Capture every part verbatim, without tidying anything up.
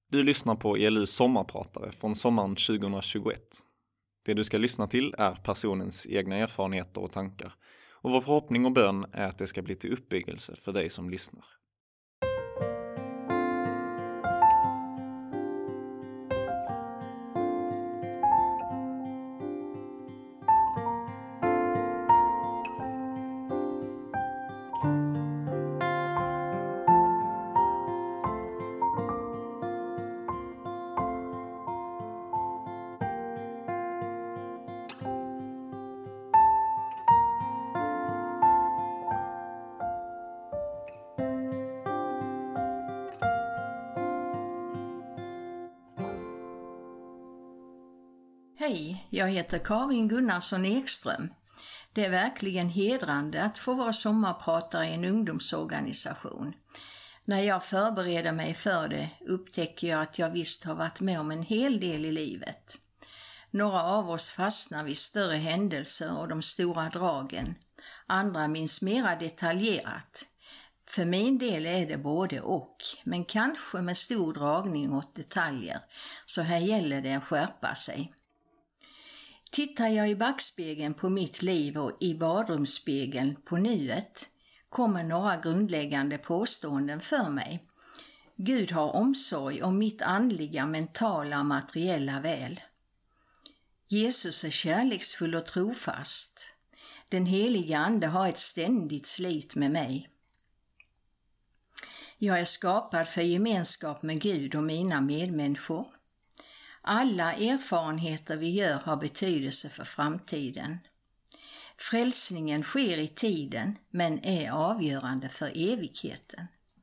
Du lyssnar på E L U:s sommarpratare från sommaren tjugohundratjugoett. Det du ska lyssna till är personens egna erfarenheter och tankar. Och vår förhoppning och bön är att det ska bli till uppbyggelse för dig som lyssnar. Hej, jag heter Karin Gunnarsson Ekström. Det är verkligen hedrande att få vara sommarpratare i en ungdomsorganisation. När jag förbereder mig för det upptäcker jag att jag visst har varit med om en hel del i livet. Några av oss fastnar vid större händelser och de stora dragen. Andra minns mera detaljerat. För min del är det både och, men kanske med stor dragning åt detaljer, så här gäller det att skärpa sig. Tittar jag i backspegeln på mitt liv och i badrumsspegeln på nuet kommer några grundläggande påståenden för mig. Gud har omsorg om mitt andliga, mentala och materiella väl. Jesus är kärleksfull och trofast. Den heliga ande har ett ständigt slit med mig. Jag är skapad för gemenskap med Gud och mina medmänniskor. Alla erfarenheter vi gör har betydelse för framtiden. Frälsningen sker i tiden men är avgörande för evigheten.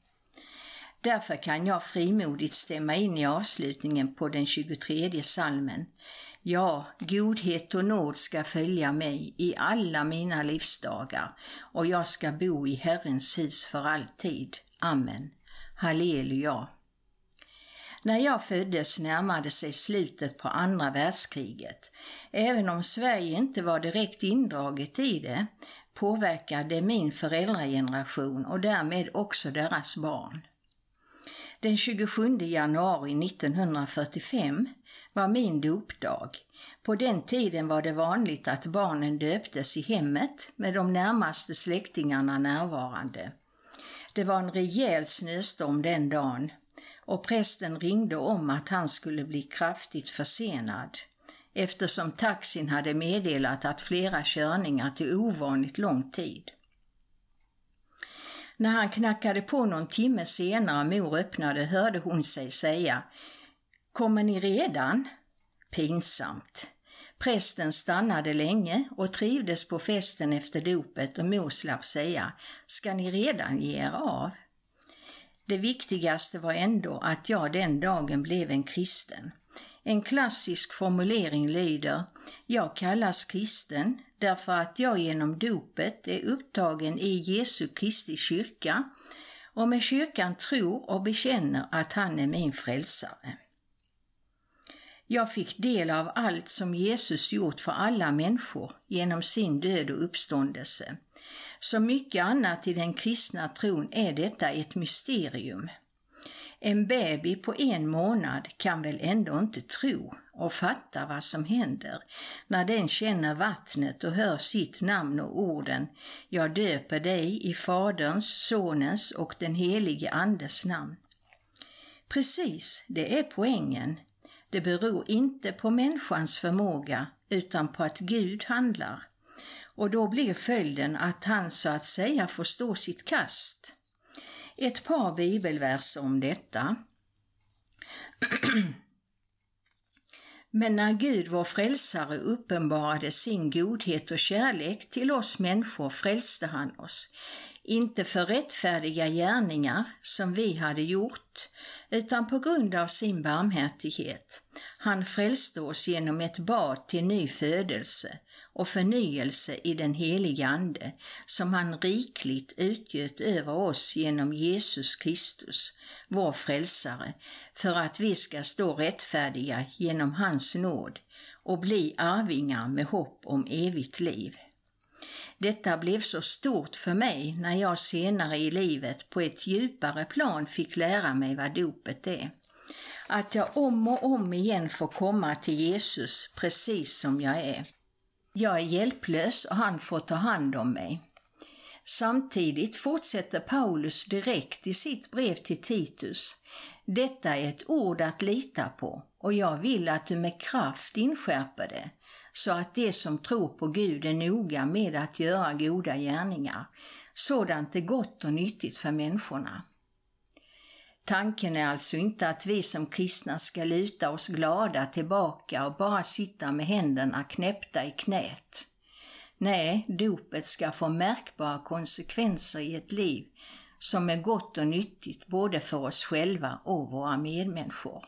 Därför kan jag frimodigt stämma in i avslutningen på den tjugotredje psalmen. Ja, godhet och nåd ska följa mig i alla mina livsdagar och jag ska bo i Herrens hus för alltid. Amen. Halleluja. När jag föddes närmade sig slutet på andra världskriget. Även om Sverige inte var direkt indraget i det, påverkade min föräldrageneration och därmed också deras barn. Den tjugosjunde januari nittonhundrafyrtiofem var min dopdag. På den tiden var det vanligt att barnen döptes i hemmet med de närmaste släktingarna närvarande. Det var en rejäl snöstorm den dagen. Och prästen ringde om att han skulle bli kraftigt försenad eftersom taxin hade meddelat att flera körningar tog ovanligt lång tid. När han knackade på någon timme senare mor öppnade hörde hon sig säga: "Kommer ni redan?" Pinsamt. Prästen stannade länge och trivdes på festen efter dopet och mor slapp säga: "Ska ni redan ge er av?" Det viktigaste var ändå att jag den dagen blev en kristen. En klassisk formulering lyder: jag kallas kristen därför att jag genom dopet är upptagen i Jesu Kristi kyrka och med kyrkan tror och bekänner att han är min frälsare. Jag fick del av allt som Jesus gjort för alla människor genom sin död och uppståndelse. Som mycket annat i den kristna tron är detta ett mysterium. En baby på en månad kan väl ändå inte tro och fatta vad som händer när den känner vattnet och hör sitt namn och orden: jag döper dig i Faderns, Sonens och den helige Andes namn. Precis, det är poängen. Det beror inte på människans förmåga utan på att Gud handlar. Och då blir följden att han så att säga får stå sitt kast. Ett par bibelverser om detta. Men när Gud vår frälsare uppenbarade sin godhet och kärlek till oss människor frälste han oss, inte för rättfärdiga gärningar som vi hade gjort, utan på grund av sin barmhärtighet. Han frälste oss genom ett bad till ny födelse och förnyelse i den heliga ande, som han rikligt utgöt över oss genom Jesus Kristus, vår frälsare, för att vi ska stå rättfärdiga genom hans nåd och bli arvingar med hopp om evigt liv. Detta blev så stort för mig när jag senare i livet på ett djupare plan fick lära mig vad dopet är. att jag om och om igen får komma till Jesus precis som jag är. Jag är hjälplös och han får ta hand om mig. Samtidigt fortsätter Paulus direkt i sitt brev till Titus. Detta är ett ord att lita på och jag vill att du med kraft inskärper det, så att det som tror på Gud är noga med att göra goda gärningar. Sådant är gott och nyttigt för människorna. Tanken är alltså inte att vi som kristna ska luta oss glada tillbaka och bara sitta med händerna knäppta i knät. Nej, dopet ska få märkbara konsekvenser i ett liv som är gott och nyttigt både för oss själva och våra medmänniskor.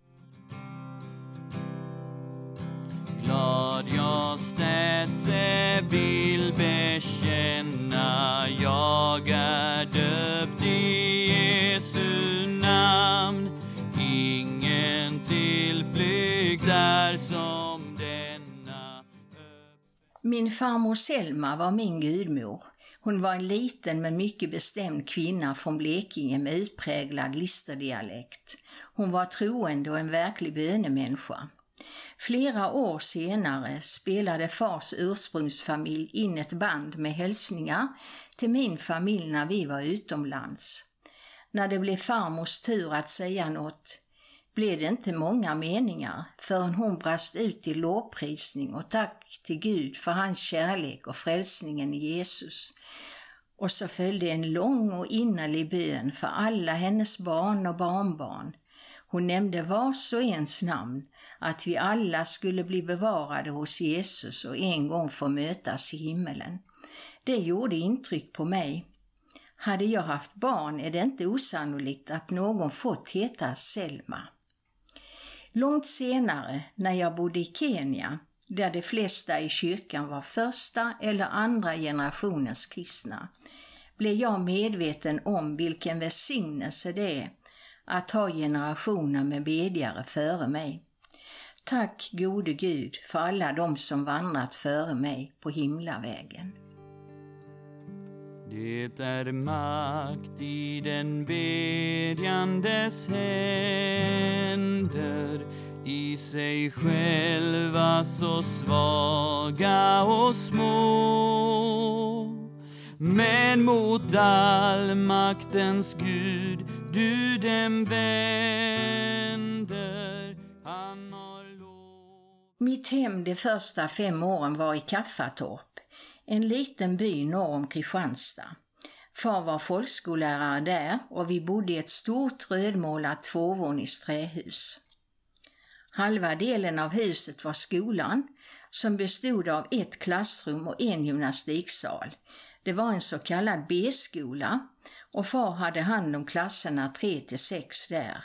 Glad jag städse vill bekänna, jag är döpt i Jesu namn. Ingen tillflykt är som denna. Min farmor Selma var min gudmor. Hon var en liten men mycket bestämd kvinna från Blekinge med utpräglad listerdialekt. Hon var troende och en verklig bönemänniska. Flera år senare spelade fars ursprungsfamilj in ett band med hälsningar till min familj när vi var utomlands. När det blev farmors tur att säga något blev det inte många meningar förrän hon brast ut i lovprisning och tack till Gud för hans kärlek och frälsningen i Jesus. Och så följde en lång och innerlig bön för alla hennes barn och barnbarn. Hon nämnde vars och ens namn, att vi alla skulle bli bevarade hos Jesus och en gång få mötas i himmelen. Det gjorde intryck på mig. Hade jag haft barn är det inte osannolikt att någon fått heta Selma. Långt senare, när jag bodde i Kenya, där de flesta i kyrkan var första eller andra generationens kristna, blev jag medveten om vilken välsignelse det är att ha generationer med bedjare före mig. Tack gode Gud för alla de som vandrat före mig på himlavägen. Det är makt i den bedjandes händer, i sig själva så svaga och små. Men mot all maktens Gud du dem vänder, han har lov. Mitt hem de första fem åren var i Kaffatorp, en liten by norr om Kristianstad. Far var folkskollärare där och vi bodde i ett stort rödmålat tvåvånings trähus. Halva delen av huset var skolan, som bestod av ett klassrum och en gymnastiksal. Det var en så kallad B-skola och far hade hand om klasserna tre till sex där.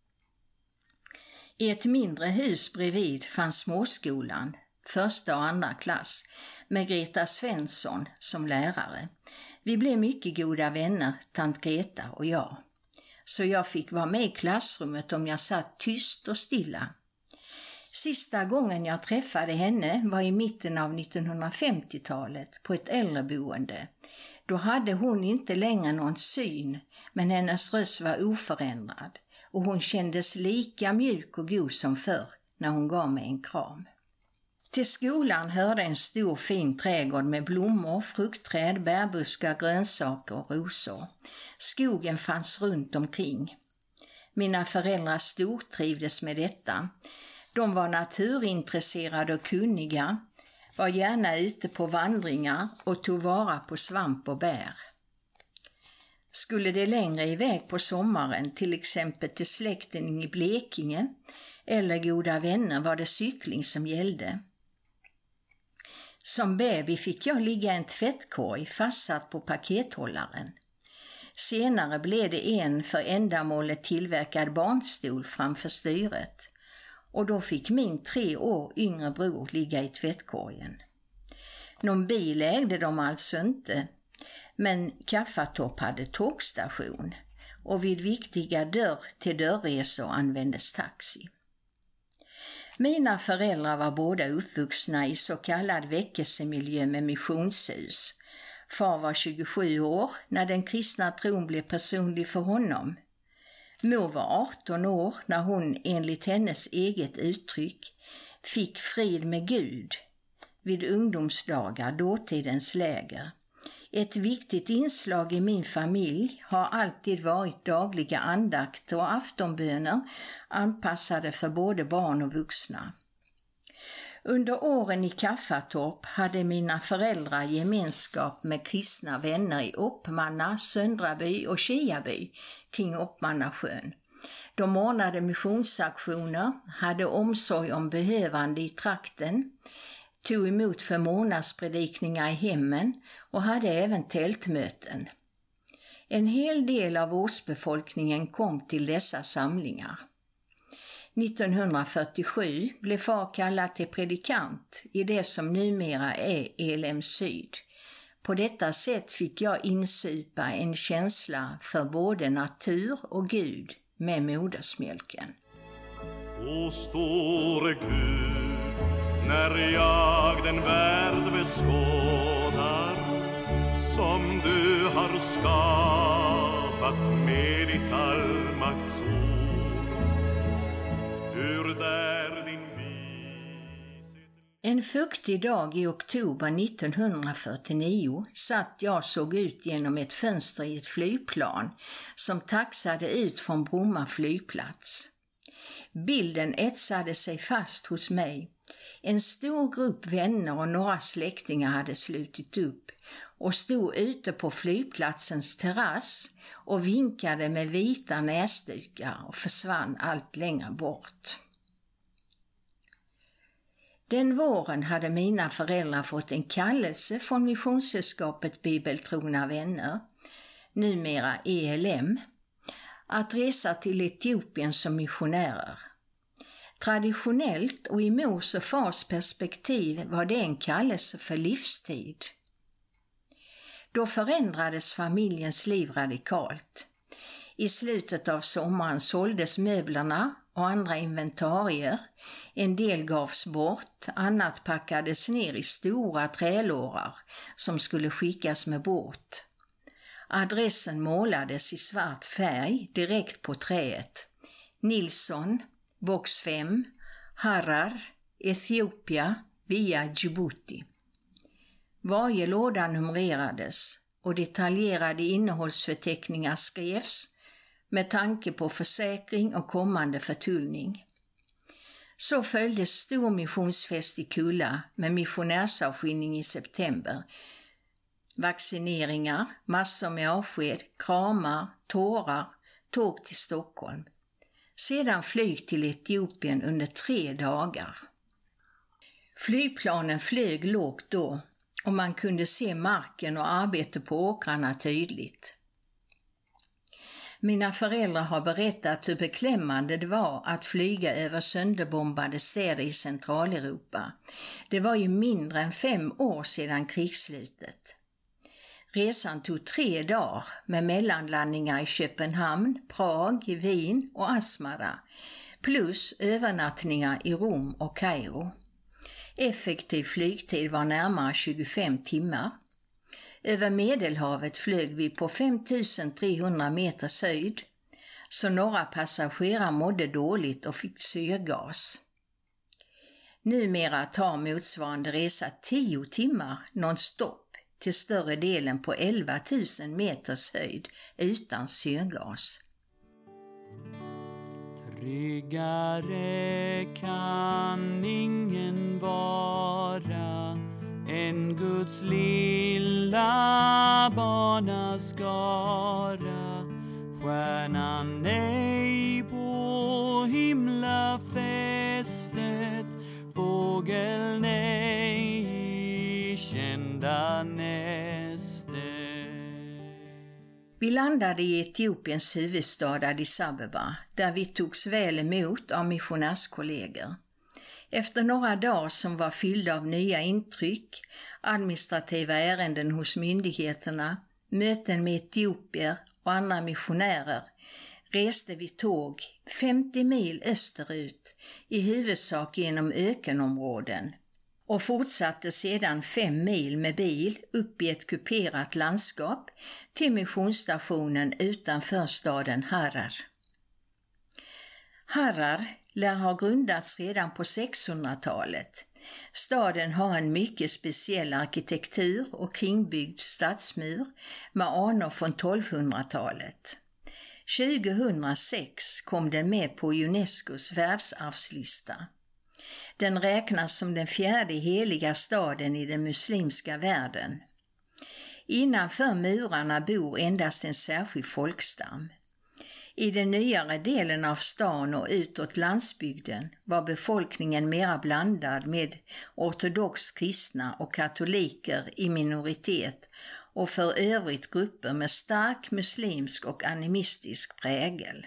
I ett mindre hus bredvid fanns småskolan, första och andra klass, med Greta Svensson som lärare. Vi blev mycket goda vänner, tant Greta och jag. Så jag fick vara med i klassrummet om jag satt tyst och stilla. Sista gången jag träffade henne var i mitten av nittonhundrafemtiotalet på ett äldreboende. Då hade hon inte längre någon syn, men hennes röst var oförändrad och hon kändes lika mjuk och god som förr när hon gav mig en kram. Till skolan hörde en stor fin trädgård med blommor, fruktträd, bärbuskar, grönsaker och rosor. Skogen fanns runt omkring. Mina föräldrar stortrivdes med detta. De var naturintresserade och kunniga, var gärna ute på vandringar och tog vara på svamp och bär. Skulle det längre iväg på sommaren, till exempel till släkten i Blekinge eller goda vänner, var det cykling som gällde. Som baby fick jag ligga i en tvättkorg fastsatt på pakethållaren. Senare blev det en för ändamålet tillverkad barnstol framför styret. Och då fick min tre år yngre bror ligga i tvättkorgen. Någon bil ägde de alltså inte, men Kaffatorp hade tågstation och vid viktiga dörr-till-dörrresor användes taxi. Mina föräldrar var båda uppvuxna i så kallad väckelsemiljö med missionshus. Far var tjugosju år när den kristna tron blev personlig för honom. Mor var arton år när hon enligt hennes eget uttryck fick frid med Gud vid ungdomsdagar, dåtidens läger. Ett viktigt inslag i min familj har alltid varit dagliga andakter och aftonböner anpassade för både barn och vuxna. Under åren i Kaffatorp hade mina föräldrar gemenskap med kristna vänner i Oppmanna, Söndraby och Kiaby kring Oppmannasjön. De ordnade missionsaktioner, hade omsorg om behövande i trakten, tog emot för månadspredikningar i hemmen och hade även tältmöten. En hel del av årsbefolkningen kom till dessa samlingar. nittonhundrafyrtiosju blev far kallad till predikant i det som numera är E L M Syd. På detta sätt fick jag insupa en känsla för både natur och Gud med modersmjölken. O store Gud, när jag den värld beskådar som du har skapat med ditt allmakts ord, hur där din vishet... En fuktig dag i oktober nittonhundrafyrtionio satt jag såg ut genom ett fönster i ett flygplan som taxade ut från Bromma flygplats. Bilden etsade sig fast hos mig. En stor grupp vänner och några släktingar hade slutit upp och stod ute på flygplatsens terrass och vinkade med vita näsdukar och försvann allt längre bort. Den våren hade mina föräldrar fått en kallelse från Missionssällskapet Bibeltrogna vänner, numera E L M, att resa till Etiopien som missionärer. Traditionellt och i mors och fars perspektiv var det en kallelse för livstid. Då förändrades familjens liv radikalt. I slutet av sommaren såldes möblerna och andra inventarier. En del gavs bort, annat packades ner i stora trälårar som skulle skickas med båt. Adressen målades i svart färg direkt på träet. Nilsson, box fem, Harar, Etiopia, via Djibouti. Varje låda numrerades och detaljerade innehållsförteckningar skrevs med tanke på försäkring och kommande förtullning. Så följde stor missionsfest i Kulla med missionärsavskiljning i september. Vaccineringar, massor med avsked, kramar, tårar, tåg till Stockholm. Sedan flyg till Etiopien under tre dagar. Flygplanen flög lågt då och man kunde se marken och arbete på åkrarna tydligt. Mina föräldrar har berättat hur beklämmande det var att flyga över sönderbombade städer i Centraleuropa. Det var ju mindre än fem år sedan krigsslutet. Resan tog tre dagar med mellanlandningar i Köpenhamn, Prag, Wien och Asmara, plus övernattningar i Rom och Kairo. Effektiv flygtid var närmare tjugofem timmar. Över Medelhavet flög vi på fem tusen trehundra meters höjd, så några passagerare mådde dåligt och fick syrgas. Numera tar motsvarande resa tio timmar non-stop till större delen på elva tusen meters höjd utan syrgas. Tryggare kan ingen vara än Guds lilla barnaskara. Stjärnan ej på himlafästet, fågeln ej i kända nästet. Vi landade i Etiopiens huvudstad Addis Abeba, där vi togs väl emot av missionärskollegor. Efter några dagar som var fyllda av nya intryck, administrativa ärenden hos myndigheterna, möten med etiopier och andra missionärer, reste vi tåg femtio mil österut, i huvudsak genom ökenområden, och fortsatte sedan fem mil med bil upp i ett kuperat landskap till missionsstationen utanför staden Harar. Harar lär ha grundats redan på sexhundratalet. Staden har en mycket speciell arkitektur och kringbyggd stadsmur med anor från tolvhundratalet. tjugohundrasex kom den med på Unescos världsarvslista. Den räknas som den fjärde heliga staden i den muslimska världen. Innanför murarna bor endast en särskild folkstam. I den nyare delen av stan och utåt landsbygden var befolkningen mera blandad med ortodox kristna och katoliker i minoritet och för övrigt grupper med stark muslimsk och animistisk prägel.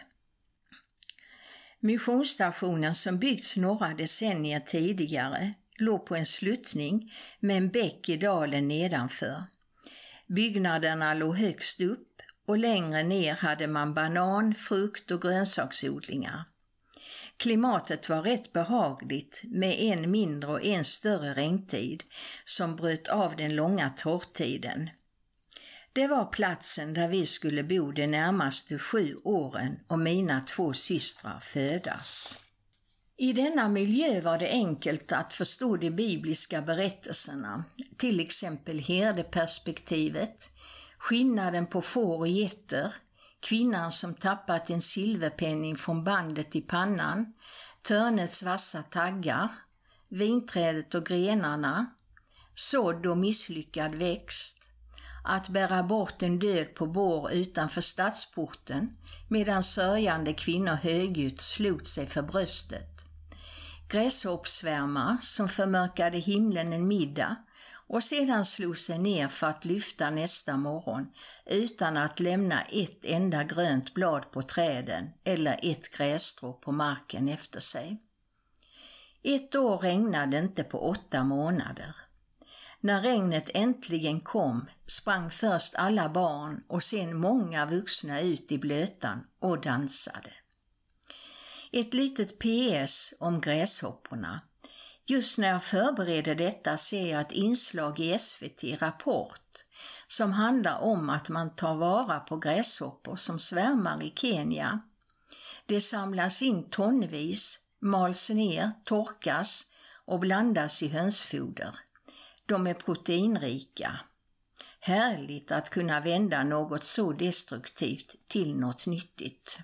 Missionsstationen som byggts några decennier tidigare låg på en sluttning med en bäck i dalen nedanför. Byggnaderna låg högst upp och längre ner hade man banan-, frukt- och grönsaksodlingar. Klimatet var rätt behagligt med en mindre och en större regntid som bröt av den långa torrtiden. Det var platsen där vi skulle bo de närmaste sju åren och mina två systrar födas. I denna miljö var det enkelt att förstå de bibliska berättelserna, till exempel herdeperspektivet, skillnaden på får och getter, kvinnan som tappat en silverpenning från bandet i pannan, törnets vassa taggar, vinträdet och grenarna, sådd och misslyckad växt, att bära bort en död på bår utanför stadsporten medan sörjande kvinnor högljutt slog sig för bröstet, gräshoppsvärmar som förmörkade himlen en middag och sedan slog sig ner för att lyfta nästa morgon utan att lämna ett enda grönt blad på träden eller ett grässtrå på marken efter sig. Ett år regnade inte på åtta månader. När regnet äntligen kom sprang först alla barn och sen många vuxna ut i blötan och dansade. Ett litet P S om gräshopporna. Just när jag förbereder detta ser jag ett inslag i S V T Rapport som handlar om att man tar vara på gräshoppor som svärmar i Kenya. Det samlas in tonvis, mals ner, torkas och blandas i hönsfoder. De är proteinrika. Härligt att kunna vända något så destruktivt till något nyttigt.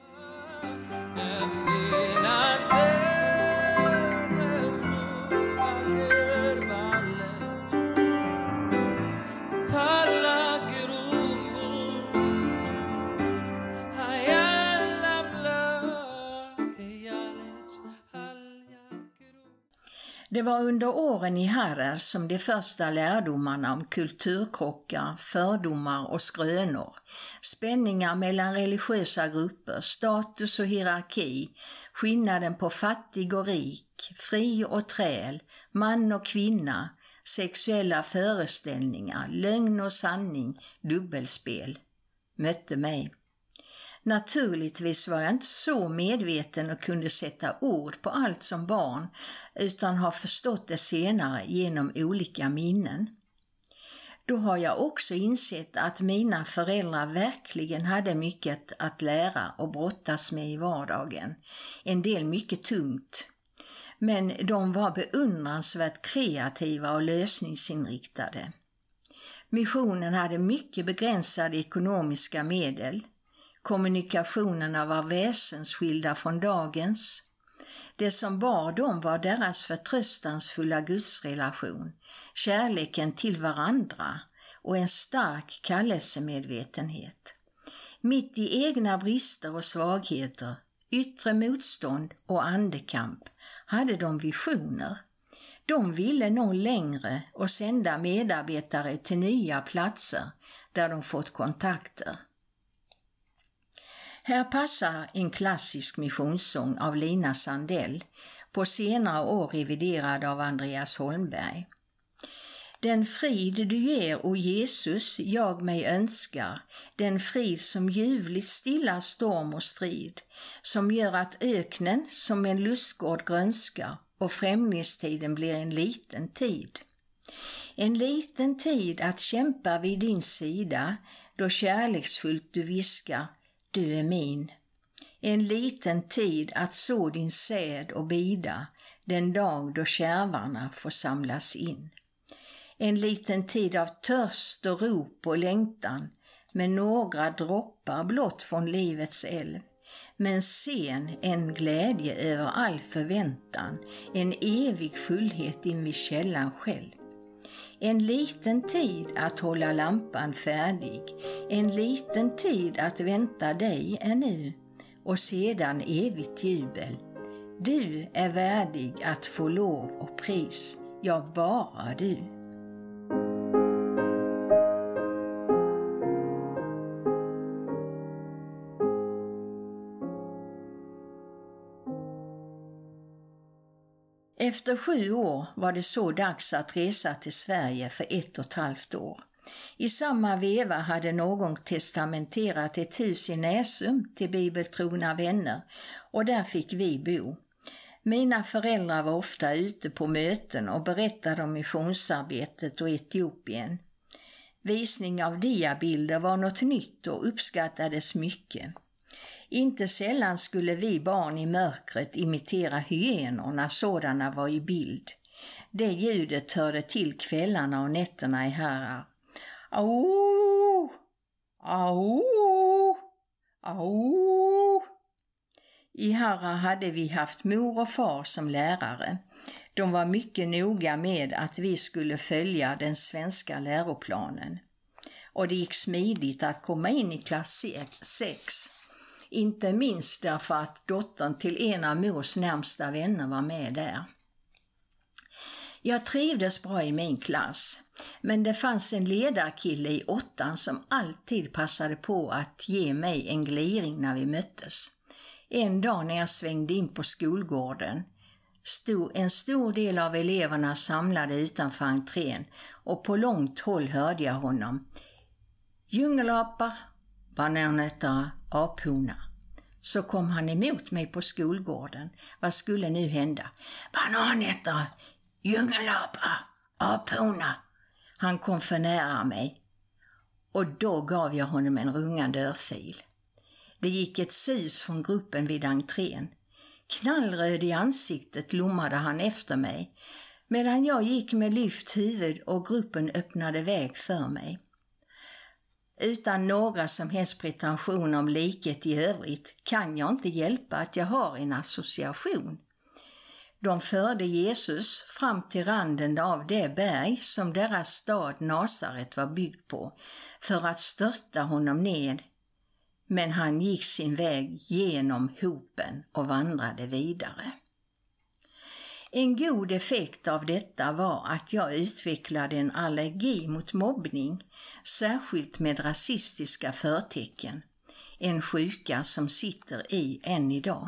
Det var under åren i Harar som de första lärdomarna om kulturkrockar, fördomar och skrönor, spänningar mellan religiösa grupper, status och hierarki, skillnaden på fattig och rik, fri och träl, man och kvinna, sexuella föreställningar, lögn och sanning, dubbelspel, mötte mig. Naturligtvis var jag inte så medveten och kunde sätta ord på allt som barn utan har förstått det senare genom olika minnen. Då har jag också insett att mina föräldrar verkligen hade mycket att lära och brottas med i vardagen. En del mycket tungt. Men de var beundransvärt kreativa och lösningsinriktade. Missionen hade mycket begränsade ekonomiska medel. Kommunikationerna var väsensskilda från dagens. Det som bar dem var deras förtröstansfulla gudsrelation, kärleken till varandra och en stark kallelsemedvetenhet. Mitt i egna brister och svagheter, yttre motstånd och andekamp hade de visioner. De ville nå längre och sända medarbetare till nya platser där de fått kontakter. Här passar en klassisk missionssång av Lina Sandell, på senare år reviderad av Andreas Holmberg. Den frid du ger, o Jesus, jag mig önskar, den frid som ljuvligt stillar storm och strid, som gör att öknen som en lustgård grönskar och främlingstiden blir en liten tid. En liten tid att kämpa vid din sida, då kärleksfullt du viskar, du är min. En liten tid att så din säd och bida den dag då kärvarna får samlas in. En liten tid av törst och rop och längtan med några droppar blott från livets älv. Men sen en glädje över all förväntan, en evig fullhet in vid källan själv. En liten tid att hålla lampan färdig, en liten tid att vänta dig ännu, och sedan evigt jubel. Du är värdig att få lov och pris, ja bara du. Efter sju år var det så dags att resa till Sverige för ett och ett halvt år. I samma veva hade någon testamenterat ett hus i Näsum till bibeltrogna vänner och där fick vi bo. Mina föräldrar var ofta ute på möten och berättade om missionsarbetet och Etiopien. Visning av diabilder var något nytt och uppskattades mycket. Inte sällan skulle vi barn i mörkret imitera hyenor när sådana var i bild. Det ljudet hörde till kvällarna och nätterna i Harrar. Au! Au! Au! I Harrar hade vi haft mor och far som lärare. De var mycket noga med att vi skulle följa den svenska läroplanen. Och det gick smidigt att komma in i klass sex. Inte minst därför att dottern till en av mors närmsta vänner var med där. Jag trivdes bra i min klass, men det fanns en ledarkille i åttan som alltid passade på att ge mig en gliring när vi möttes. En dag när jag svängde in på skolgården stod en stor del av eleverna samlade utanför entrén och på långt håll hörde jag honom. Djungelapar, bananätare, aphona. Så kom han emot mig på skolgården. Vad skulle nu hända? Bananätare, djungelapar, aphona. Han kom för nära mig och då gav jag honom en rungande örfil. Det gick ett sus från gruppen vid entrén. Knallröd i ansiktet lommade han efter mig medan jag gick med lyft huvud och gruppen öppnade väg för mig. Utan några som helst pretension om likhet i övrigt kan jag inte hjälpa att jag har en association. De förde Jesus fram till randen av det berg som deras stad Nasaret var byggd på för att störta honom ned. Men han gick sin väg genom hopen och vandrade vidare. En god effekt av detta var att jag utvecklade en allergi mot mobbning, särskilt med rasistiska förtecken. En sjuka som sitter i än idag.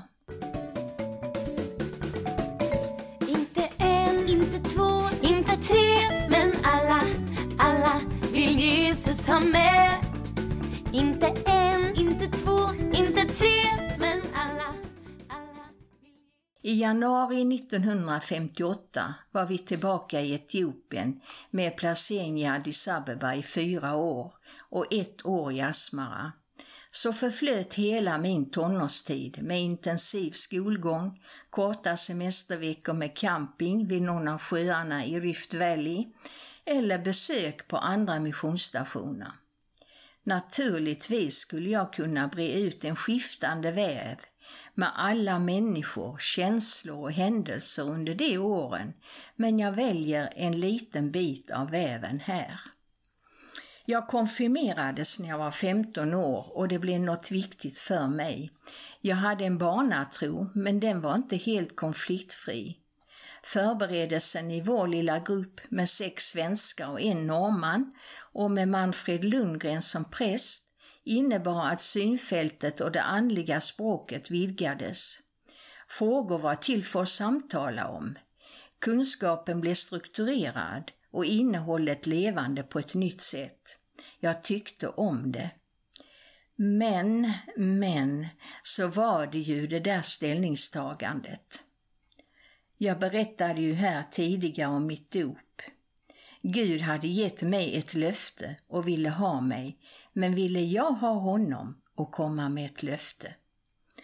Inte en, inte två, inte tre, men alla, alla vill Jesus ha med. Inte en, inte två, inte tre, men alla, alla vill... I januari nittonhundrafemtioåtta var vi tillbaka i Etiopien med placering i Addis Abeba i fyra år och ett år i Asmara. Så förflöt hela min tonårstid med intensiv skolgång, korta semesterveckor med camping vid någon av sjöarna i Rift Valley eller besök på andra missionsstationer. Naturligtvis skulle jag kunna bre ut en skiftande väv med alla människor, känslor och händelser under de åren, men jag väljer en liten bit av väven här. Jag konfirmerades när jag var femton år och det blev något viktigt för mig. Jag hade en barnatro, men den var inte helt konfliktfri. Förberedelsen i vår lilla grupp med sex svenskar och en norrman och med Manfred Lundgren som präst innebar att synfältet och det andliga språket vidgades. Frågor var till för att samtala om. Kunskapen blev strukturerad och innehållet levande på ett nytt sätt. Jag tyckte om det. Men, men, så var det ju det där ställningstagandet. Jag berättade ju här tidigare om mitt dop. Gud hade gett mig ett löfte och ville ha mig, men ville jag ha honom och komma med ett löfte?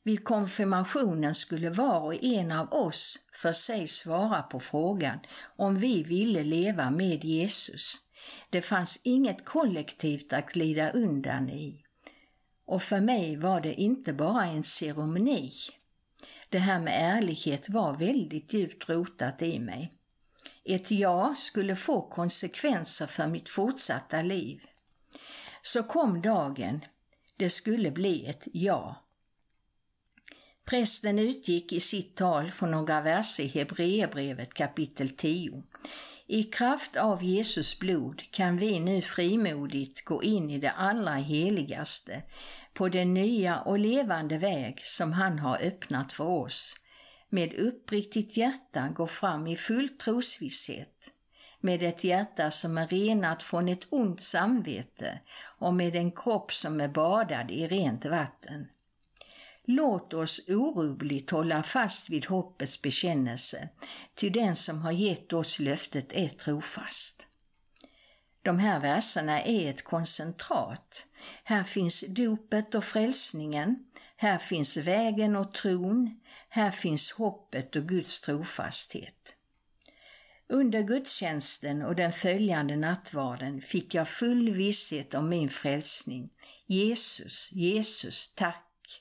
Vid konfirmationen skulle var och en av oss för sig svara på frågan om vi ville leva med Jesus. Det fanns inget kollektivt att glida undan i. Och för mig var det inte bara en ceremoni. Det här med ärlighet var väldigt djupt rotat i mig. Ett ja skulle få konsekvenser för mitt fortsatta liv. Så kom dagen. Det skulle bli ett ja. Prästen utgick i sitt tal från några verser i Hebreerbrevet kapitel tio. I kraft av Jesus blod kan vi nu frimodigt gå in i det allra heligaste på den nya och levande väg som han har öppnat för oss. Med uppriktigt hjärta gå fram i full trosvisshet. Med ett hjärta som är renat från ett ont samvete och med en kropp som är badad i rent vatten. Låt oss orubbligt hålla fast vid hoppets bekännelse, ty den som har gett oss löftet är trofast. De här verserna är ett koncentrat. Här finns dopet och frälsningen, här finns vägen och tron, här finns hoppet och Guds trofasthet. Under gudstjänsten och den följande nattvarden fick jag full visshet om min frälsning. Jesus, Jesus, tack.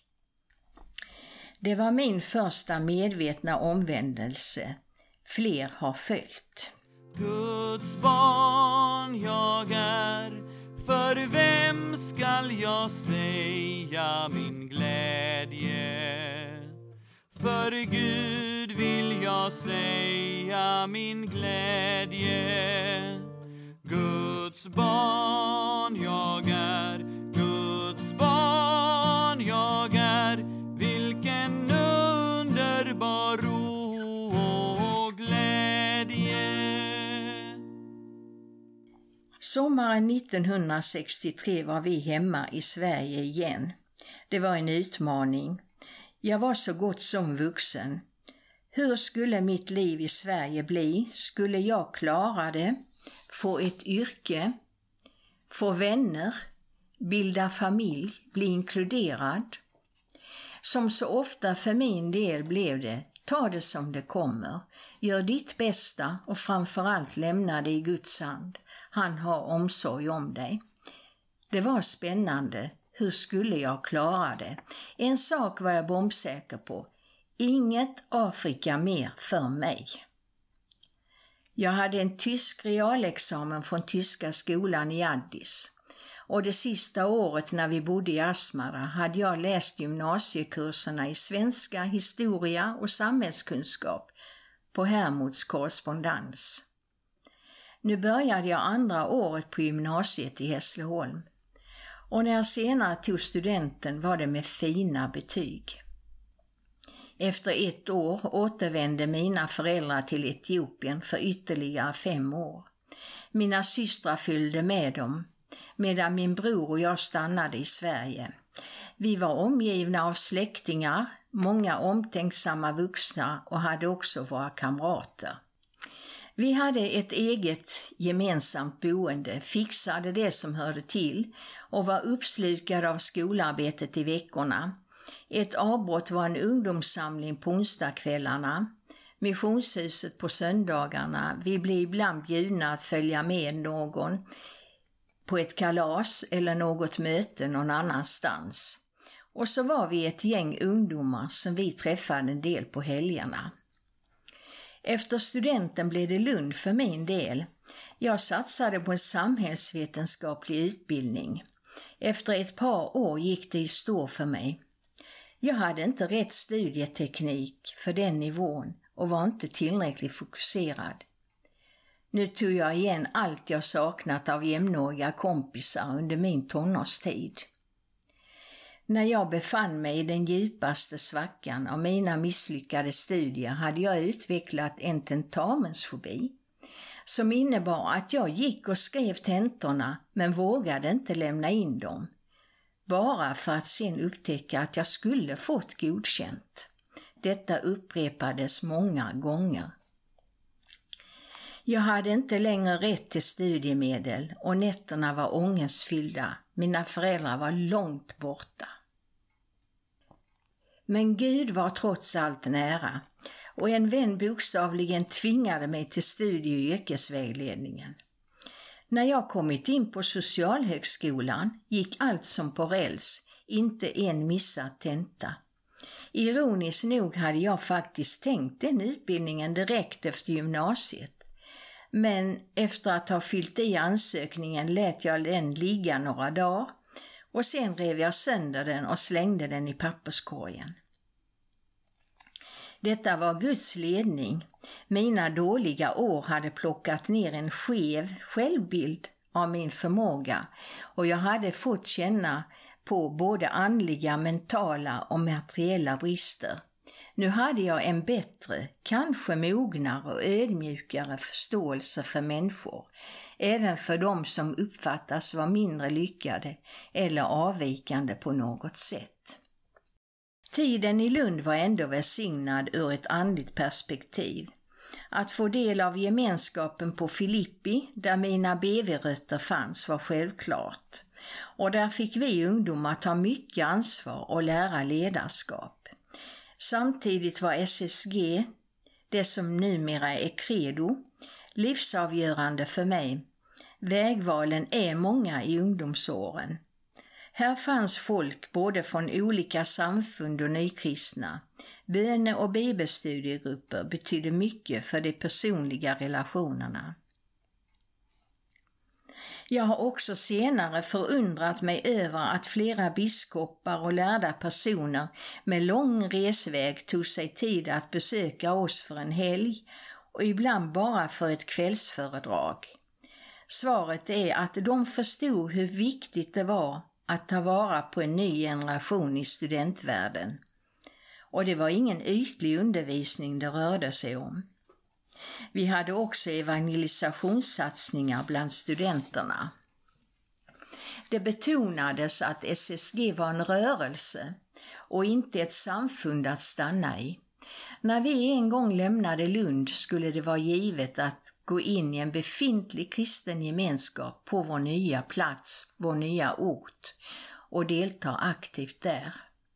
Det var min första medvetna omvändelse. Fler har följt. Guds barn jag är, för vem skall jag säga min glädje? För Gud vill jag säga min glädje. Guds barn jag är, Guds barn jag är, vilken underbar ro och glädje. Sommaren nittonhundrasextiotre var vi hemma i Sverige igen. Det var en utmaning. Jag var så gott som vuxen. Hur skulle mitt liv i Sverige bli? Skulle jag klara det? Få ett yrke? Få vänner? Bilda familj? Bli inkluderad? Som så ofta för min del blev det, ta det som det kommer. Gör ditt bästa och framförallt lämna det i Guds hand. Han har omsorg om dig. Det var spännande. Hur skulle jag klara det? En sak var jag bombsäker på. Inget Afrika mer för mig. Jag hade en tysk realexamen från tyska skolan i Addis. Och det sista året när vi bodde i Asmara hade jag läst gymnasiekurserna i svenska, historia och samhällskunskap på Hermods korrespondens. Nu började jag andra året på gymnasiet i Hässleholm. Och när jag senare tog studenten var det med fina betyg. Efter ett år återvände mina föräldrar till Etiopien för ytterligare fem år. Mina systrar fyllde med dem, medan min bror och jag stannade i Sverige. Vi var omgivna av släktingar, många omtänksamma vuxna och hade också våra kamrater. Vi hade ett eget gemensamt boende, fixade det som hörde till och var uppslukade av skolarbetet i veckorna. Ett avbrott var en ungdomssamling på onsdagskvällarna, missionshuset på söndagarna. Vi blev ibland bjudna att följa med någon på ett kalas eller något möte någon annanstans. Och så var vi ett gäng ungdomar som vi träffade en del på helgerna. Efter studenten blev det Lund för min del. Jag satsade på en samhällsvetenskaplig utbildning. Efter ett par år gick det i stå för mig. Jag hade inte rätt studieteknik för den nivån och var inte tillräckligt fokuserad. Nu tog jag igen allt jag saknat av jämnåriga kompisar under min tonårstid. När jag befann mig i den djupaste svackan av mina misslyckade studier hade jag utvecklat en tentamensfobi som innebar att jag gick och skrev tentorna men vågade inte lämna in dem. Bara för att sen upptäcka att jag skulle fått godkänt. Detta upprepades många gånger. Jag hade inte längre rätt till studiemedel och nätterna var ångestfyllda. Mina föräldrar var långt borta. Men Gud var trots allt nära och en vän bokstavligen tvingade mig till studie- och yrkesvägledningen. När jag kommit in på socialhögskolan gick allt som på räls, inte en missad tenta. Ironiskt nog hade jag faktiskt tänkt den utbildningen direkt efter gymnasiet. Men efter att ha fyllt i ansökningen lät jag den ligga några dagar och sen rev jag sönder den och slängde den i papperskorgen. Detta var Guds ledning. Mina dåliga år hade plockat ner en skev självbild av min förmåga och jag hade fått känna på både andliga, mentala och materiella brister. Nu hade jag en bättre, kanske mognare och ödmjukare förståelse för människor, även för de som uppfattas vara mindre lyckade eller avvikande på något sätt. Tiden i Lund var ändå välsignad ur ett andligt perspektiv. Att få del av gemenskapen på Filippi, där mina B V-rötter fanns, var självklart. Och där fick vi ungdomar ta mycket ansvar och lära ledarskap. Samtidigt var S S G, det som numera är Credo, livsavgörande för mig. Vägvalen är många i ungdomsåren. Här fanns folk både från olika samfund och nykristna. Böne- och bibelstudiegrupper betydde mycket för de personliga relationerna. Jag har också senare förundrat mig över att flera biskopar och lärda personer med lång resväg tog sig tid att besöka oss för en helg och ibland bara för ett kvällsföredrag. Svaret är att de förstod hur viktigt det var att ta vara på en ny generation i studentvärlden. Och det var ingen ytlig undervisning det rörde sig om. Vi hade också evangelisationssatsningar bland studenterna. Det betonades att S S G var en rörelse och inte ett samfund att stanna i. När vi en gång lämnade Lund skulle det vara givet att gå in i en befintlig kristen gemenskap på vår nya plats, vår nya ort, och delta aktivt där.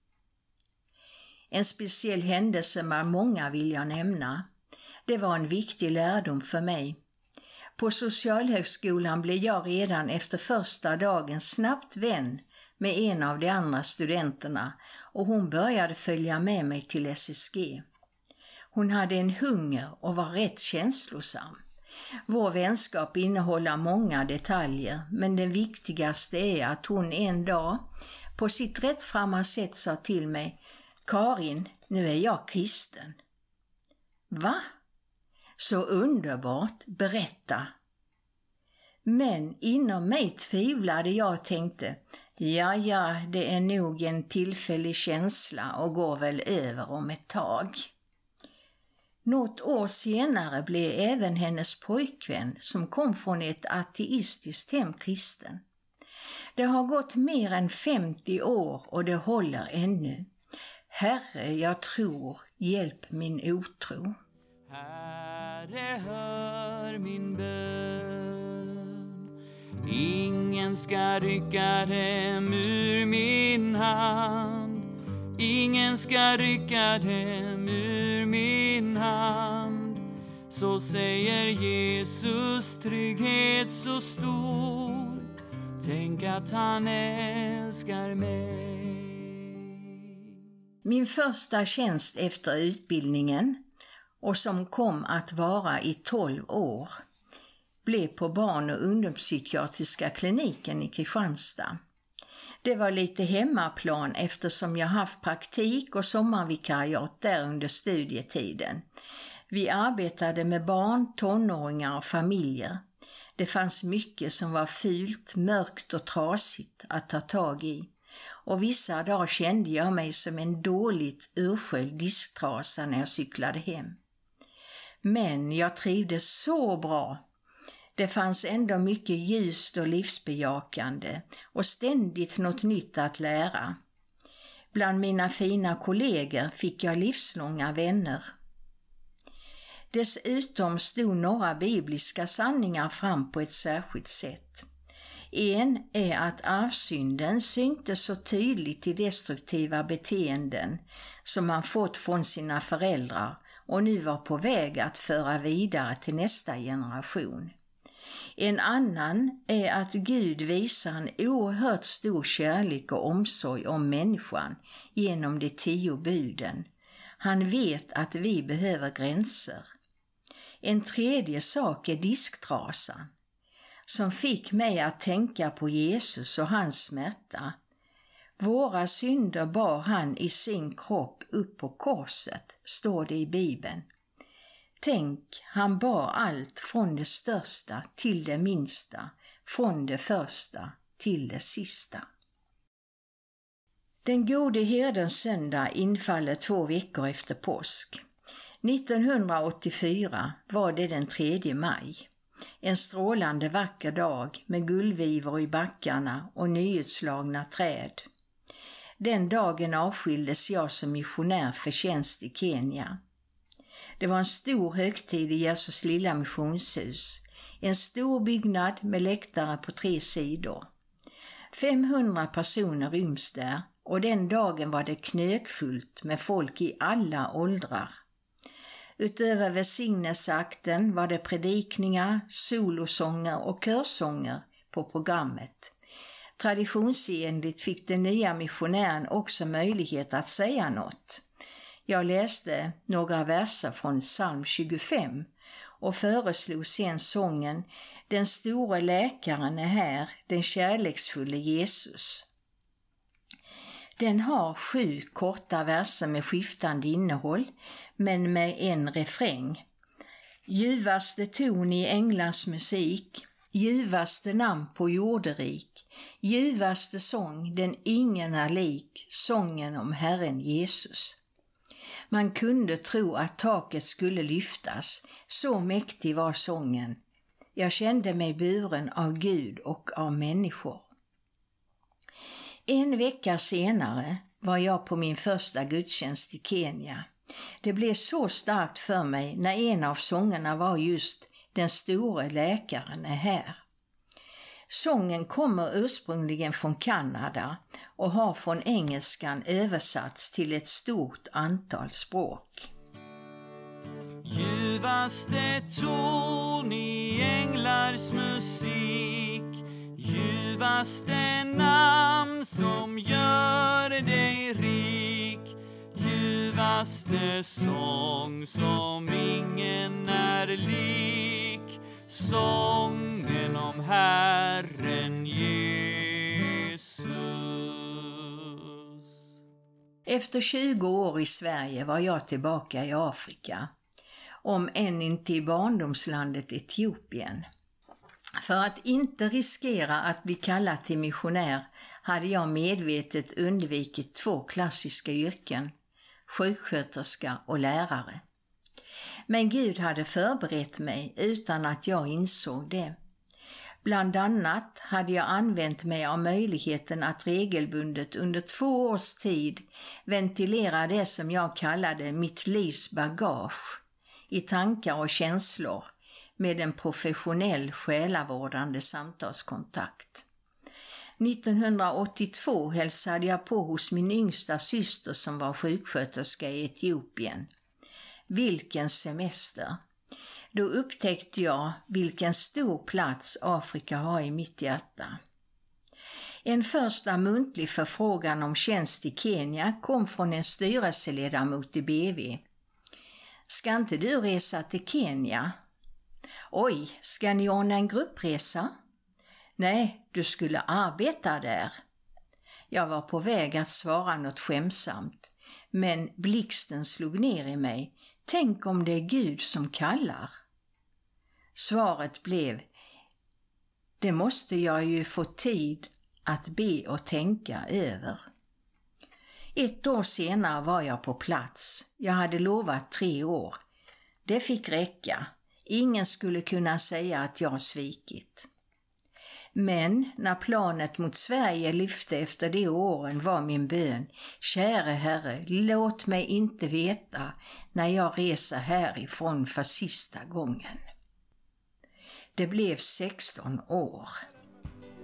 En speciell händelse med många vill jag nämna. Det var en viktig lärdom för mig. På socialhögskolan blev jag redan efter första dagen snabbt vän med en av de andra studenterna och hon började följa med mig till S S G. Hon hade en hunger och var rätt känslosam. Vår vänskap innehåller många detaljer, men det viktigaste är att hon en dag på sitt rättframma sätt sa till mig: Karin, nu är jag kristen. Va? Så underbart, berätta. Men inom mig tvivlade jag och tänkte, ja ja, det är nog en tillfällig känsla och går väl över om ett tag. Något år senare blev även hennes pojkvän, som kom från ett ateistiskt hem, kristen. Det har gått mer än femtio år och det håller ännu. Herre, jag tror, hjälp min otro. Herre, hör min bön. Ingen ska rycka dem ur min hand. Ingen ska rycka dem ur min hand. Så säger Jesus, trygghet så stor. Tänk att han älskar mig. Min första tjänst efter utbildningen, och som kom att vara i tolv år, blev på barn- och ungdomspsykiatriska kliniken i Kristianstad. Det var lite hemmaplan eftersom jag haft praktik och sommarvikariat där under studietiden. Vi arbetade med barn, tonåringar och familjer. Det fanns mycket som var fult, mörkt och trasigt att ta tag i. Och vissa dagar kände jag mig som en dåligt ursköljd disktrasa när jag cyklade hem. Men jag trivdes så bra. Det fanns ändå mycket ljust och livsbejakande och ständigt något nytt att lära. Bland mina fina kollegor fick jag livslånga vänner. Dessutom stod några bibliska sanningar fram på ett särskilt sätt. En är att arvsynden syntes så tydligt i destruktiva beteenden som han fått från sina föräldrar och nu var på väg att föra vidare till nästa generation. En annan är att Gud visar en oerhört stor kärlek och omsorg om människan genom de tio buden. Han vet att vi behöver gränser. En tredje sak är disktrasan, som fick mig att tänka på Jesus och hans smärta. Våra synder bar han i sin kropp upp på korset, står det i Bibeln. Tänk, han bar allt från det största till det minsta, från det första till det sista. Den gode herdens söndag infaller två veckor efter påsk. nittonhundraåttiofyra var det den tredje maj. En strålande vacker dag med gullvivor i backarna och nyutslagna träd. Den dagen avskildes jag som missionär för tjänst i Kenya. Det var en stor högtid i Jesus lilla missionshus. En stor byggnad med läktare på tre sidor. femhundra personer ryms där och den dagen var det knökfullt med folk i alla åldrar. Utöver välsignelseakten var det predikningar, solosånger och körsånger på programmet. Traditionsenligt fick den nya missionären också möjlighet att säga något. Jag läste några verser från psalm tjugofem och föreslog sen sången Den store läkaren är här, den kärleksfulle Jesus. Den har sju korta verser med skiftande innehåll, men med en refräng. Ljuvaste ton i änglars musik, ljuvaste namn på jorderik, ljuvaste sång, den ingen är lik, sången om Herren Jesus. Man kunde tro att taket skulle lyftas, så mäktig var sången. Jag kände mig buren av Gud och av människor. En vecka senare var jag på min första gudstjänst i Kenya. Det blev så starkt för mig när en av sångerna var just Den store läkaren är här. Sången kommer ursprungligen från Kanada och har från engelskan översatts till ett stort antal språk. Ljuvaste ton i änglars musik, ljuvaste namn som gör dig rik, ljuvaste sång som ingen är lik, sången om Herren Jesus. Efter tjugo år i Sverige var jag tillbaka i Afrika, om än inte i barndomslandet Etiopien. För att inte riskera att bli kallad till missionär hade jag medvetet undvikit två klassiska yrken, sjuksköterska och lärare. Men Gud hade förberett mig utan att jag insåg det. Bland annat hade jag använt mig av möjligheten att regelbundet under två års tid ventilera det som jag kallade mitt livs bagage i tankar och känslor med en professionell själavårdande samtalskontakt. nittonhundraåttiotvå hälsade jag på hos min yngsta syster som var sjuksköterska i Etiopien. Vilken semester! Då upptäckte jag vilken stor plats Afrika har i mitt hjärta. En första muntlig förfrågan om tjänst i Kenya kom från en styrelseledamot i B V. Ska inte du resa till Kenya? Oj, ska ni ordna en gruppresa? Nej, du skulle arbeta där. Jag var på väg att svara något skämsamt, men blixten slog ner i mig. Tänk om det är Gud som kallar. Svaret blev, det måste jag ju få tid att be och tänka över. Ett år senare var jag på plats. Jag hade lovat tre år. Det fick räcka. Ingen skulle kunna säga att jag svikit. Men när planet mot Sverige lyfte efter de åren var min bön, käre Herre, låt mig inte veta när jag reser härifrån för sista gången. Det blev sexton år.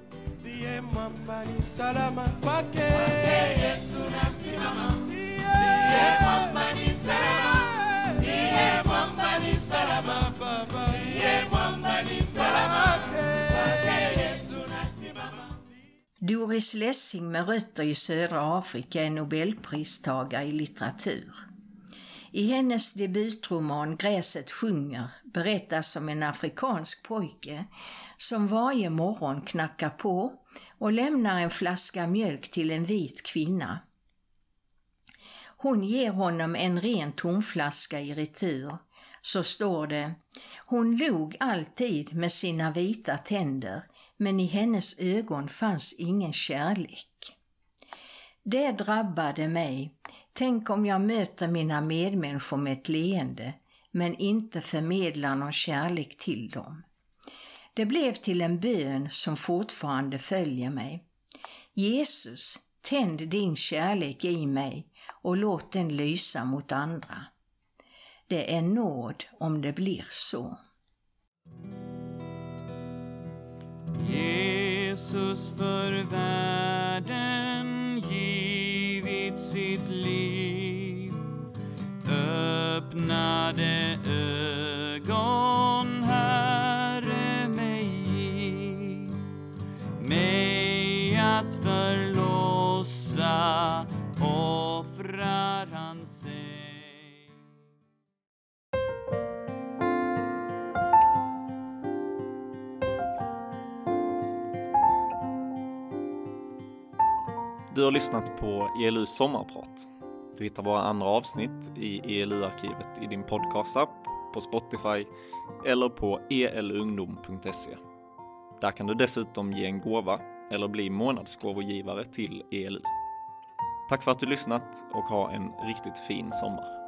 Ndiye mwamba ni salama kwake Yesu nasimama. Ndiye mwamba ni salama, ndiye mwamba ni salama baba, ndiye mwamba ni salama kwake Yesu nasimama. Doris Lessing med rötter i södra Afrika är Nobelpristagare i litteratur. I hennes debutroman Gräset sjunger berättas om en afrikansk pojke som varje morgon knackar på och lämnar en flaska mjölk till en vit kvinna. Hon ger honom en ren tomflaska i retur. Så står det: hon log alltid med sina vita tänder, men i hennes ögon fanns ingen kärlek. Det drabbade mig. Tänk om jag möter mina medmänniskor med ett leende, men inte förmedlar någon kärlek till dem. Det blev till en bön som fortfarande följer mig. Jesus, tänd din kärlek i mig och låt den lysa mot andra. Det är nåd om det blir så. Jesus för världen givit sitt liv, öppnade ögon Herre mig giv, mig att förlossa offrar han sig. Du har lyssnat på E L U:s sommarprat. Du hittar våra andra avsnitt i E L U-arkivet i din podcastapp, på Spotify eller på e l ungdom punkt se. Där kan du dessutom ge en gåva eller bli månadsgåvogivare till E L U. Tack för att du lyssnat och ha en riktigt fin sommar.